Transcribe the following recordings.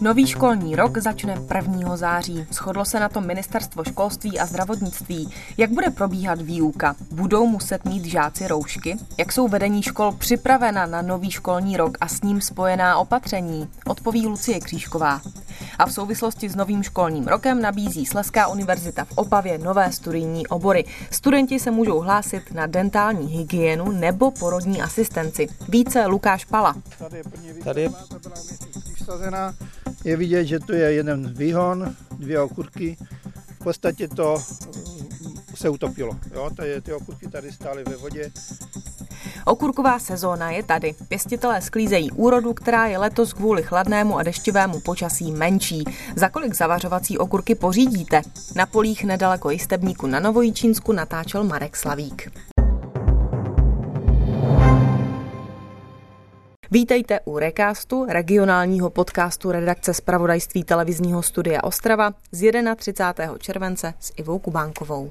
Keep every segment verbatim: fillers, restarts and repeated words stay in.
Nový školní rok začne prvního září. Shodlo se na tom Ministerstvo školství a zdravotnictví. Jak bude probíhat výuka? Budou muset mít žáci roušky? Jak jsou vedení škol připravena na nový školní rok a s ním spojená opatření? Odpoví Lucie Křížková. A v souvislosti s novým školním rokem nabízí Slezská univerzita v Opavě nové studijní obory. Studenti se můžou hlásit na dentální hygienu nebo porodní asistenci. Více Lukáš Pala. Tady je první východ, tady je vysazená. Je vidět, že tu je jeden výhon, dvě okurky. V podstatě to se utopilo. Jo? Tady, ty okurky tady stály ve vodě. Okurková sezóna je tady. Pěstitelé sklízejí úrodu, která je letos kvůli chladnému a deštivému počasí menší. Za kolik zavařovací okurky pořídíte? Na polích nedaleko Jistebníku na Novojičínsku natáčel Marek Slavík. Vítejte u Recastu, regionálního podcastu redakce zpravodajství televizního studia Ostrava z třicátého prvního července s Ivou Kubánkovou.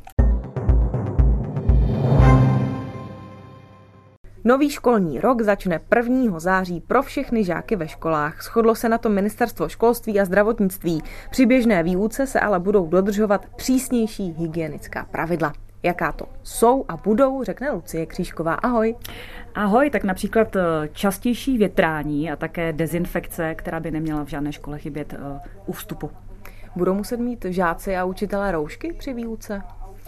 Nový školní rok začne prvního září pro všechny žáky ve školách. Shodlo se na to Ministerstvo školství a zdravotnictví. Při běžné výuce se ale budou dodržovat přísnější hygienická pravidla. Jaká to jsou a budou, řekne Lucie Křížková. Ahoj. Ahoj, tak například častější větrání a také dezinfekce, která by neměla v žádné škole chybět u vstupu. Budou muset mít žáci a učitelé roušky při výuce?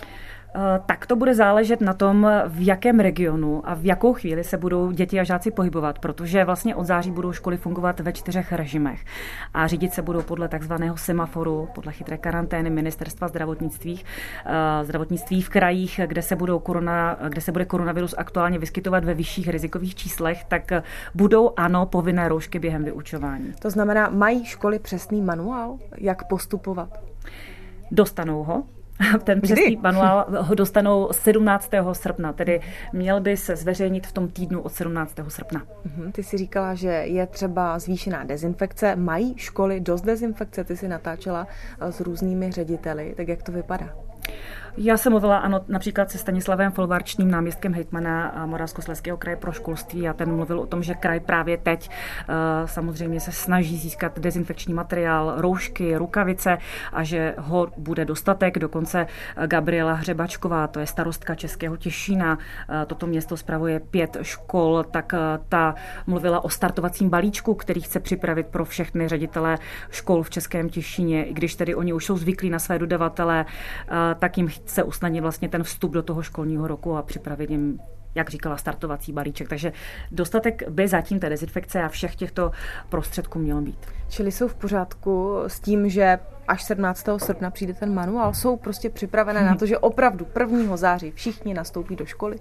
Tak to bude záležet na tom, v jakém regionu a v jakou chvíli se budou děti a žáci pohybovat, protože vlastně od září budou školy fungovat ve čtyřech režimech a řídit se budou podle takzvaného semaforu, podle chytré karantény Ministerstva zdravotnictví, zdravotnictví v krajích, kde se, budou korona, kde se bude koronavirus aktuálně vyskytovat ve vyšších rizikových číslech, tak budou ano povinné roušky během vyučování. To znamená, mají školy přesný manuál, jak postupovat? Dostanou ho. Ten přesný manuál ho dostanou sedmnáctého srpna, tedy měl by se zveřejnit v tom týdnu od sedmnáctého srpna. Uhum, ty jsi říkala, že je třeba zvýšená dezinfekce. Mají školy dost dezinfekce? Ty jsi natáčela s různými řediteli, tak jak to vypadá? Já jsem mluvila ano, například se Stanislavem Folvarčným, náměstkem hejtmana Moravskoslezského kraje pro školství, a ten mluvil o tom, že kraj právě teď uh, samozřejmě se snaží získat dezinfekční materiál, roušky, rukavice a že ho bude dostatek. Dokonce Gabriela Hřebačková, to je starostka Českého Těšína, uh, toto město spravuje pět škol, tak uh, ta mluvila o startovacím balíčku, který chce připravit pro všechny ředitele škol v Českém Těšíně, i když tedy oni už jsou zvyklí na své dodavatele, uh, tak jim se usnadnit vlastně ten vstup do toho školního roku a připravit jim, jak říkala, startovací balíček. Takže dostatek by zatím té dezinfekce a všech těchto prostředků mělo být. Čili jsou v pořádku s tím, že až sedmnáctého srpna přijde ten manuál, jsou prostě připravené hmm. na to, že opravdu prvního září všichni nastoupí do školy?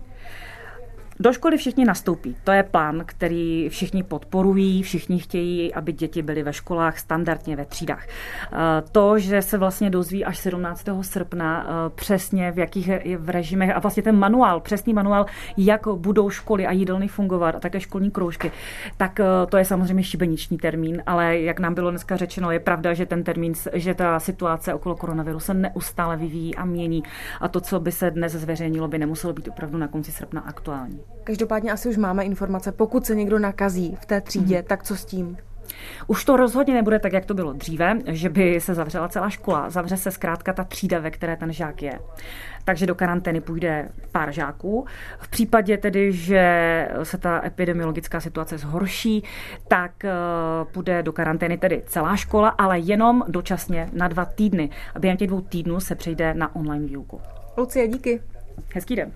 Do školy všichni nastoupí. To je plán, který všichni podporují, všichni chtějí, aby děti byly ve školách standardně ve třídách. To, že se vlastně dozví až sedmnáctého srpna přesně v jakých je v režimech a vlastně ten manuál, přesný manuál, jak budou školy a jídelny fungovat a také školní kroužky, tak to je samozřejmě šibeniční termín, ale jak nám bylo dneska řečeno, je pravda, že ten termín, že ta situace okolo koronaviru se neustále vyvíjí a mění a to, co by se dnes zveřejnilo, by nemuselo být opravdu na konci srpna aktuální. Každopádně asi už máme informace, pokud se někdo nakazí v té třídě, hmm. tak co s tím? Už to rozhodně nebude tak, jak to bylo dříve, že by se zavřela celá škola. Zavře se zkrátka ta třída, ve které ten žák je. Takže do karantény půjde pár žáků. V případě tedy, že se ta epidemiologická situace zhorší, tak půjde do karantény tedy celá škola, ale jenom dočasně na dva týdny. A během těch dvou týdnů se přejde na online výuku. Lucie, díky. Hezký den.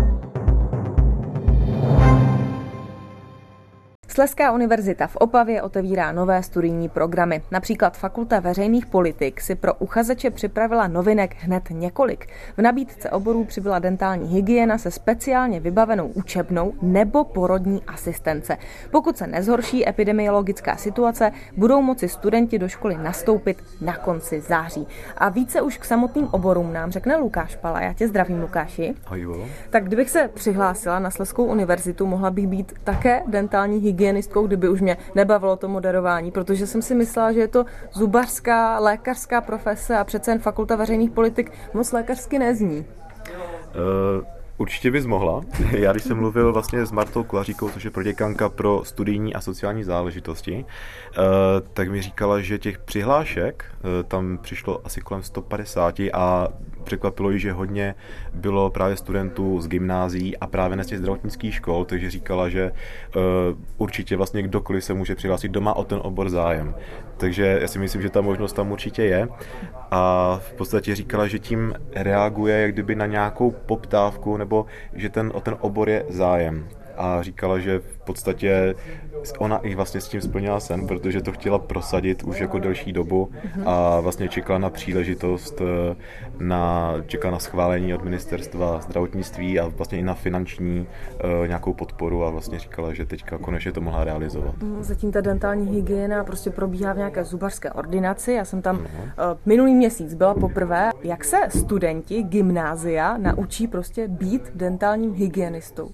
Slezská univerzita v Opavě otevírá nové studijní programy. Například Fakulta veřejných politik si pro uchazeče připravila novinek hned několik. V nabídce oborů přibyla dentální hygiena se speciálně vybavenou učebnou nebo porodní asistence. Pokud se nezhorší epidemiologická situace, budou moci studenti do školy nastoupit na konci září. A více už k samotným oborům nám řekne Lukáš Pala. Já tě zdravím, Lukáši. Ahoj. Tak kdybych se přihlásila na Slezskou univerzitu, mohla bych být také dentální hygiena hygienistkou, kdyby už mě nebavilo to moderování, protože jsem si myslela, že je to zubařská, lékařská profese a přece jen Fakulta veřejných politik moc lékařsky nezní. Uh, Určitě bys mohla. Já když jsem mluvil vlastně s Martou Kulaříkou, což je proděkanka pro studijní a sociální záležitosti, tak mi říkala, že těch přihlášek tam přišlo asi kolem sto padesát a překvapilo ji, že hodně bylo právě studentů z gymnázií a právě ne z těch zdravotnických škol, takže říkala, že určitě vlastně kdokoliv se může přihlásit, kdo má o ten obor zájem. Takže já si myslím, že ta možnost tam určitě je a v podstatě říkala, že tím reaguje jak kdyby na nějakou poptávku nebo že ten, o ten obor je zájem. A říkala, že v podstatě ona i vlastně s tím splnila sen, protože to chtěla prosadit už jako delší dobu a vlastně čekala na příležitost, na, čekala na schválení od ministerstva zdravotnictví a vlastně i na finanční uh, nějakou podporu a vlastně říkala, že teďka konečně to mohla realizovat. Zatím ta dentální hygiena prostě probíhá v nějaké zubařské ordinaci. Já jsem tam uh, minulý měsíc byla poprvé. Jak se studenti gymnázia naučí prostě být dentálním hygienistou?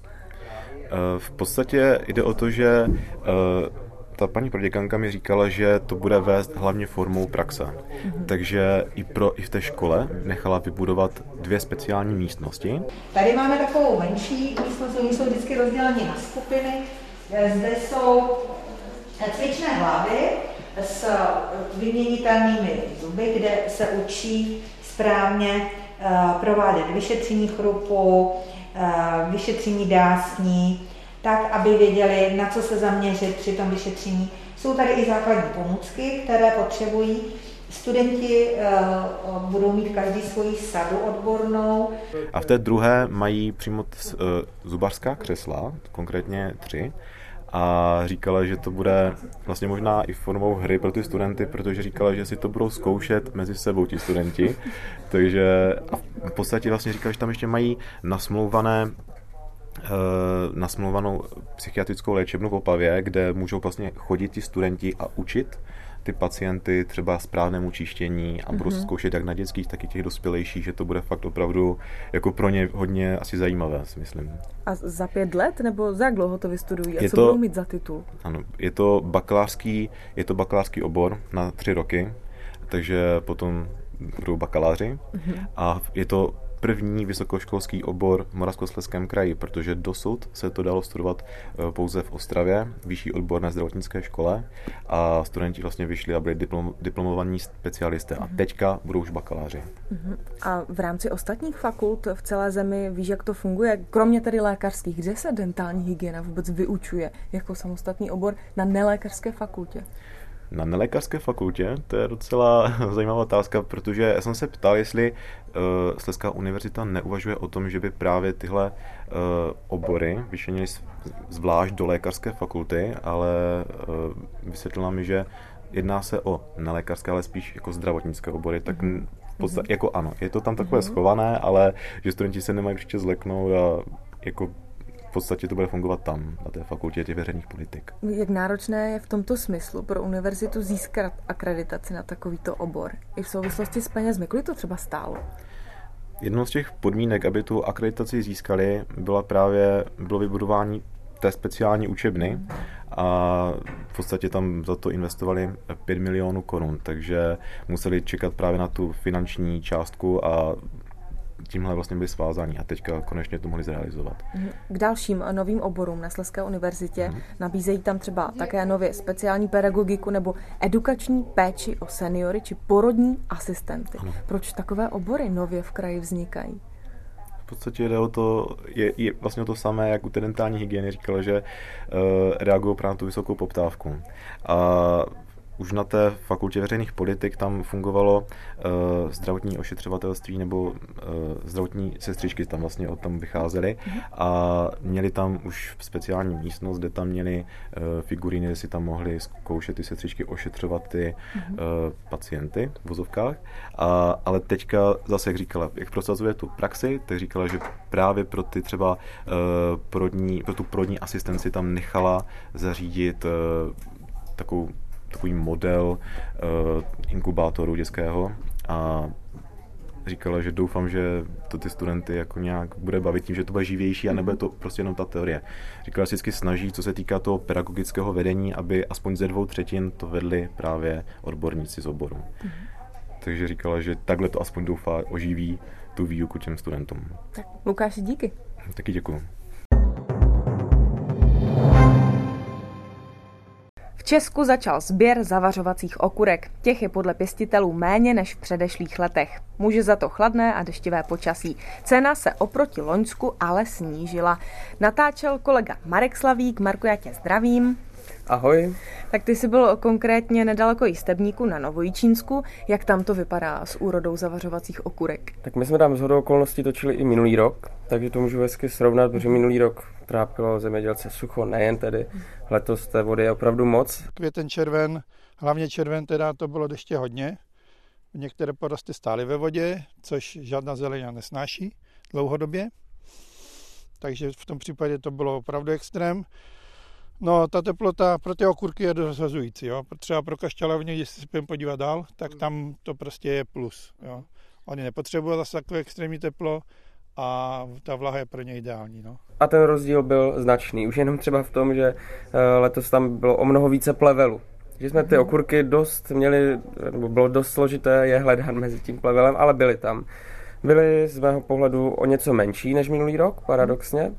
V podstatě jde o to, že ta paní proděkanka mi říkala, že to bude vést hlavně formou praxe. Mm-hmm. Takže i, pro, i v té škole nechala vybudovat dvě speciální místnosti. Tady máme takovou menší místnost, oni jsou vždycky rozděleni na skupiny. Zde jsou cvičné hlavy s vyměnitelnými zuby, kde se učí správně provádět vyšetření chrupu, vyšetření dásní, tak, aby věděli, na co se zaměřit při tom vyšetření. Jsou tady i základní pomůcky, které potřebují. Studenti uh, budou mít každý svoji sadu odbornou. A v té druhé mají přímo t, uh, zubařská křesla, konkrétně tři. A říkala, že to bude vlastně možná i formou hry pro ty studenty, protože říkala, že si to budou zkoušet mezi sebou ti studenti. Takže a v podstatě vlastně říkala, že tam ještě mají nasmlouvané nasmlouvanou psychiatrickou léčebnu v Opavě, kde můžou vlastně chodit ti studenti a učit ty pacienty třeba správnému čištění a budou se zkoušet jak na dětských, tak i těch dospělejších, že to bude fakt opravdu jako pro ně hodně asi zajímavé, si myslím. A za pět let nebo za jak dlouho to vystudují a je co to, budou mít za titul? Ano, je to bakalářský, je to bakalářský obor na tři roky, takže potom budou bakaláři uh-huh. a je to první vysokoškolský obor v Moravskoslezském kraji, protože dosud se to dalo studovat pouze v Ostravě, vyšší odborné zdravotnické škole a studenti vlastně vyšli a byli diplom, diplomovaní specialisté a teďka budou už bakaláři. Uh-huh. A v rámci ostatních fakult v celé zemi víš, jak to funguje? Kromě tedy lékařských, kde se dentální hygiena vůbec vyučuje jako samostatný obor na nelékařské fakultě? Na nelékařské fakultě, to je docela zajímavá otázka, protože já jsem se ptal, jestli uh, Slezská univerzita neuvažuje o tom, že by právě tyhle uh, obory vyšlenily zvlášť do lékařské fakulty, ale uh, vysvětlila mi, že jedná se o nelékařské, ale spíš jako zdravotnické obory, tak v podstatě, jako ano, je to tam takové schované, ale že studenti se nemají určitě zleknout a jako v podstatě to bude fungovat tam, na té fakultě těch veřejných politik. Jak náročné je v tomto smyslu pro univerzitu získat akreditaci na takovýto obor? I v souvislosti s penězmi, kolik to třeba stálo? Jednou z těch podmínek, aby tu akreditaci získali, byla právě, bylo vybudování té speciální učebny a v podstatě tam za to investovali pět milionů korun, takže museli čekat právě na tu finanční částku a tímhle vlastně byli svázáni a teďka konečně to mohli zrealizovat. K dalším novým oborům na Slezské univerzitě mm. nabízejí tam třeba také nově speciální pedagogiku nebo edukační péči o seniory či porodní asistenty. Ano. Proč takové obory nově v kraji vznikají? V podstatě jde o to, je, je vlastně to samé, jak u té dentální hygieny říkala, že uh, reagují právě na tu vysokou poptávku. A už na té fakultě veřejných politik tam fungovalo uh, zdravotní ošetřovatelství nebo uh, zdravotní sestřičky tam vlastně od tam vycházely a měli tam už speciální místnost, kde tam měli uh, figuríny, kde si tam mohli zkoušet ty sestřičky ošetřovat ty uh, pacienty v vozovkách. A, ale teďka zase, jak říkala, jak prosazuje tu praxi, tak říkala, že právě pro ty třeba uh, porodní, pro tu porodní asistenci tam nechala zařídit uh, takovou takový model uh, inkubátoru dětského a říkala, že doufám, že to ty studenty jako nějak bude bavit tím, že to bude živější a nebude to prostě jenom ta teorie. Říkala, že vždycky snaží, co se týká toho pedagogického vedení, aby aspoň ze dvou třetin to vedli právě odborníci z oboru. Mm. takže říkala, že takhle to aspoň doufá oživí tu výuku těm studentům. Tak Lukáši, díky. Taky děkuju. V Česku začal sběr zavařovacích okurek. Těch je podle pěstitelů méně než v předešlých letech. Může za to chladné a deštivé počasí. Cena se oproti loňsku ale snížila. Natáčel kolega Marek Slavík. Marku, já tě zdravím. Ahoj. Tak ty jsi byl konkrétně nedaleko Jistebníku na Novojičínsku. Jak tam to vypadá s úrodou zavařovacích okurek? Tak my jsme tam shodou okolností točili i minulý rok, takže to můžu hezky srovnat, protože minulý rok trápilo zemědělce sucho, nejen tedy. Letos té vody je opravdu moc. Květen, červen, hlavně červen teda to bylo deště hodně. Některé porosty stály ve vodě, což žádná zelenina nesnáší dlouhodobě. Takže v tom případě to bylo opravdu extrém. No, ta teplota pro ty okurky je rozhazující. Jo. Třeba pro kašťalovně, když se budeme podívat dál, tak tam to prostě je plus. Jo. Oni nepotřebují zase takové extrémní teplo a ta vlaha je pro ně ideální. No. A ten rozdíl byl značný. Už jenom třeba v tom, že letos tam bylo o mnoho více plevelů. Že jsme ty okurky dost měli, nebo bylo dost složité je hledat mezi tím plevelem, ale byly tam. Byly z mého pohledu o něco menší než minulý rok, paradoxně.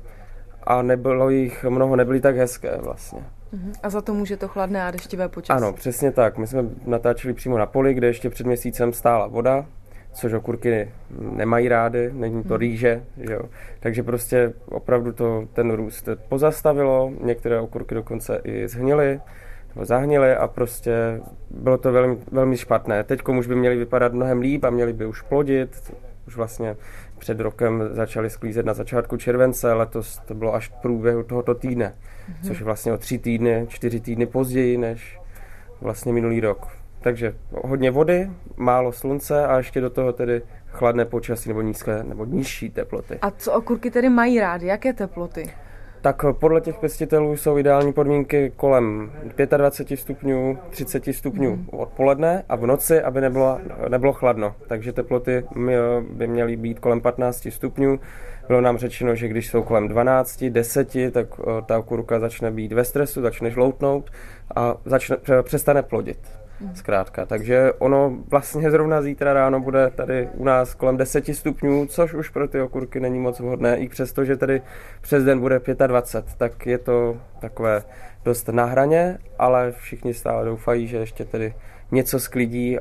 A nebylo jich mnoho, nebyly tak hezké vlastně. A za to může to chladné a deštivé počasí. Ano, přesně tak. My jsme natáčeli přímo na poli, kde ještě před měsícem stála voda, což okurky nemají rády, není to rýže, že jo. Takže prostě opravdu to ten růst pozastavilo, některé okurky dokonce i zhnily, nebo zahnily a prostě bylo to velmi, velmi špatné. Teďkom už by měly vypadat mnohem líp a měly by už plodit. Už vlastně před rokem začali sklízet na začátku července, letos to bylo až v průběhu tohoto týdne, mm-hmm. což je vlastně o tři týdny, čtyři týdny později než vlastně minulý rok. Takže hodně vody, málo slunce a ještě do toho tedy chladné počasí nebo nízké nebo nižší teploty. A co okurky tedy mají rády? Jaké teploty? Tak podle těch pěstitelů jsou ideální podmínky kolem dvacet pět stupňů, třicet stupňů mm. odpoledne a v noci, aby nebylo, nebylo chladno. Takže teploty by měly být kolem patnáct stupňů. Bylo nám řečeno, že když jsou kolem dvanáct, deset, tak ta okurka začne být ve stresu, začne žloutnout a začne, přestane plodit. Zkrátka, takže ono vlastně zrovna zítra ráno bude tady u nás kolem deset stupňů, což už pro ty okurky není moc vhodné, i přesto, že tady přes den bude dvacet pět, tak je to takové dost na hraně, ale všichni stále doufají, že ještě tedy něco sklidí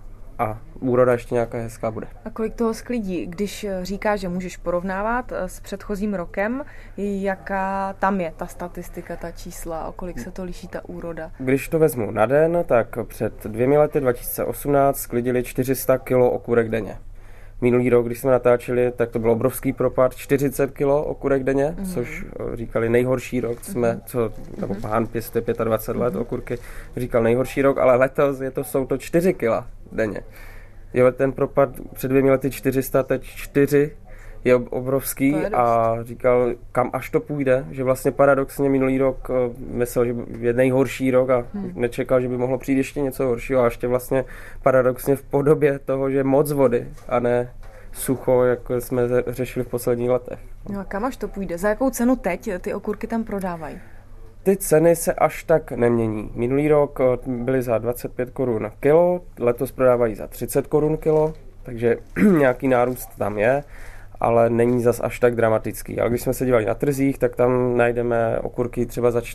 a úroda ještě nějaká hezká bude. A kolik toho sklidí? Když říkáš, že můžeš porovnávat s předchozím rokem, jaká tam je ta statistika, ta čísla, o kolik se to liší ta úroda? Když to vezmu na den, tak před dvěmi lety dva tisíce osmnáct sklidili čtyři sta kilo okurek denně. Minulý rok, když jsme natáčeli, tak to byl obrovský propad, čtyřicet kilo okurek denně, mm. což říkali nejhorší rok, jsme, co, nebo pán pěstuje dvacet pět let okurky, říkal nejhorší rok, ale letos je to, jsou to čtyři kila denně. Jo, ten propad před dvěmi lety čtyři sta, teď čtyři je obrovský a říkal, kam až to půjde, že vlastně paradoxně minulý rok myslel, že je nejhorší rok a hmm. nečekal, že by mohlo přijít ještě něco horšího a ještě vlastně paradoxně v podobě toho, že moc vody a ne sucho, jako jsme řešili v posledních letech. No a kam až to půjde? Za jakou cenu teď ty okurky tam prodávají? Ty ceny se až tak nemění. Minulý rok byly za dvacet pět korun kilo, letos prodávají za třicet korun kilo, takže nějaký nárůst tam je, ale není zas až tak dramatický. Ale když jsme se dívali na trzích, tak tam najdeme okurky třeba za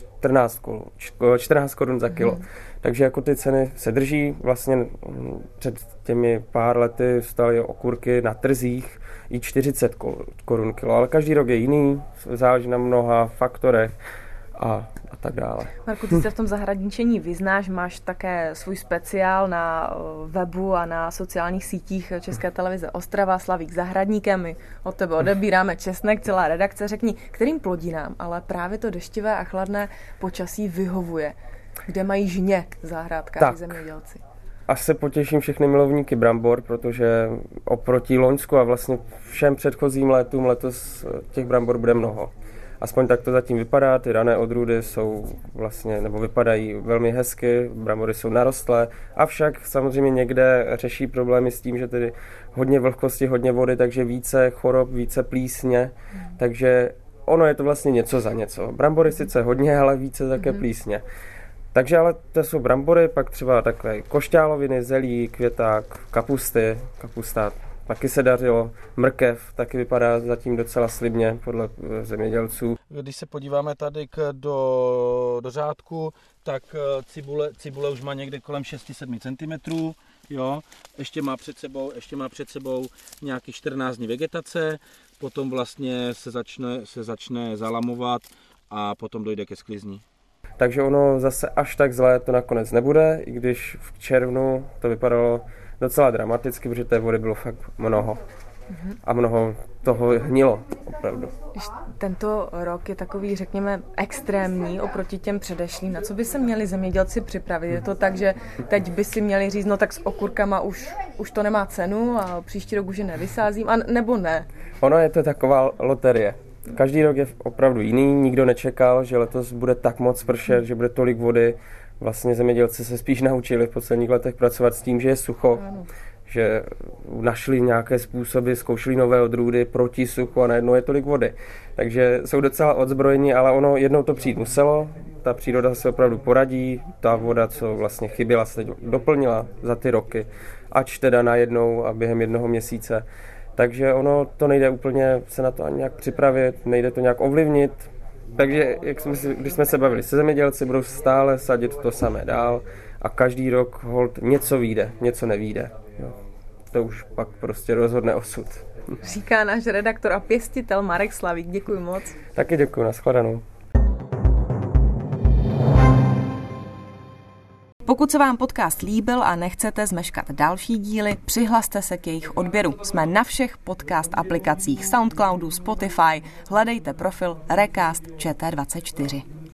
čtrnáct korun za kilo. Mm. Takže jako ty ceny se drží. Vlastně před těmi pár lety stály okurky na trzích i čtyřicet korun kilo, ale každý rok je jiný, záleží na mnoha faktorech. A, a tak dále. Marku, ty se v tom zahradničení vyznáš, máš také svůj speciál na webu a na sociálních sítích České televize Ostrava, Slavík zahradníkem, my od tebe odebíráme česnek, celá redakce. Řekni, kterým plodinám, ale právě to deštivé a chladné počasí vyhovuje? Kde mají žně zahrádkáři, zemědělci? Až se potěším všechny milovníky brambor, protože oproti loňsku a vlastně všem předchozím létům letos těch brambor bude mnoho. Aspoň tak to zatím vypadá, ty rané odrůdy jsou vlastně, nebo vypadají velmi hezky, brambory jsou narostlé, avšak samozřejmě někde řeší problémy s tím, že tedy hodně vlhkosti, hodně vody, takže více chorob, více plísně, mm. takže ono je to vlastně něco za něco. Brambory sice hodně, ale více také plísně. Takže ale to jsou brambory, pak třeba takové košťáloviny, zelí, květák, kapusty, kapusta taky se dařilo, mrkev taky vypadá zatím docela slibně podle zemědělců. Když se podíváme tady k, do, do řádku, tak cibule, cibule už má někde kolem šest sedm centimetrů, jo, ještě má před sebou, ještě má před sebou nějaký čtrnáct dní vegetace, potom vlastně se začne, se začne zalamovat a potom dojde ke sklizni. Takže ono zase až tak zlé to nakonec nebude, i když v červnu to vypadalo docela dramaticky, protože té vody bylo fakt mnoho. A mnoho toho hnilo, opravdu. Tento rok je takový, řekněme, extrémní oproti těm předešlým. Na co by se měli zemědělci připravit? Je to tak, že teď by si měli říct, no tak s okurkama už, už to nemá cenu a příští rok už je nevysázím, a nebo ne? Ono je to taková loterie. Každý rok je opravdu jiný, nikdo nečekal, že letos bude tak moc pršet, že bude tolik vody. Vlastně zemědělci se spíš naučili v posledních letech pracovat s tím, že je sucho, ano. Že našli nějaké způsoby, zkoušeli nové odrůdy proti suchu a najednou je tolik vody. Takže jsou docela odzbrojení, ale ono jednou to přijít muselo, ta příroda se opravdu poradí, ta voda, co vlastně chyběla, se doplnila za ty roky, ač teda najednou a během jednoho měsíce. Takže ono to nejde úplně se na to ani nějak připravit, nejde to nějak ovlivnit. Takže jak jsme si, když jsme se bavili se zemědělci, budou stále sadit to samé dál a každý rok holt něco vyjde, něco nevyjde. Jo. To už pak prostě rozhodne osud. Říká náš redaktor a pěstitel Marek Slavík. Děkuji moc. Taky děkuji, nashledanou. Pokud se vám podcast líbil a nechcete zmeškat další díly, přihlaste se k jejich odběru. Jsme na všech podcast aplikacích SoundCloudu, Spotify. Hledejte profil Recast Č T dvacet čtyři.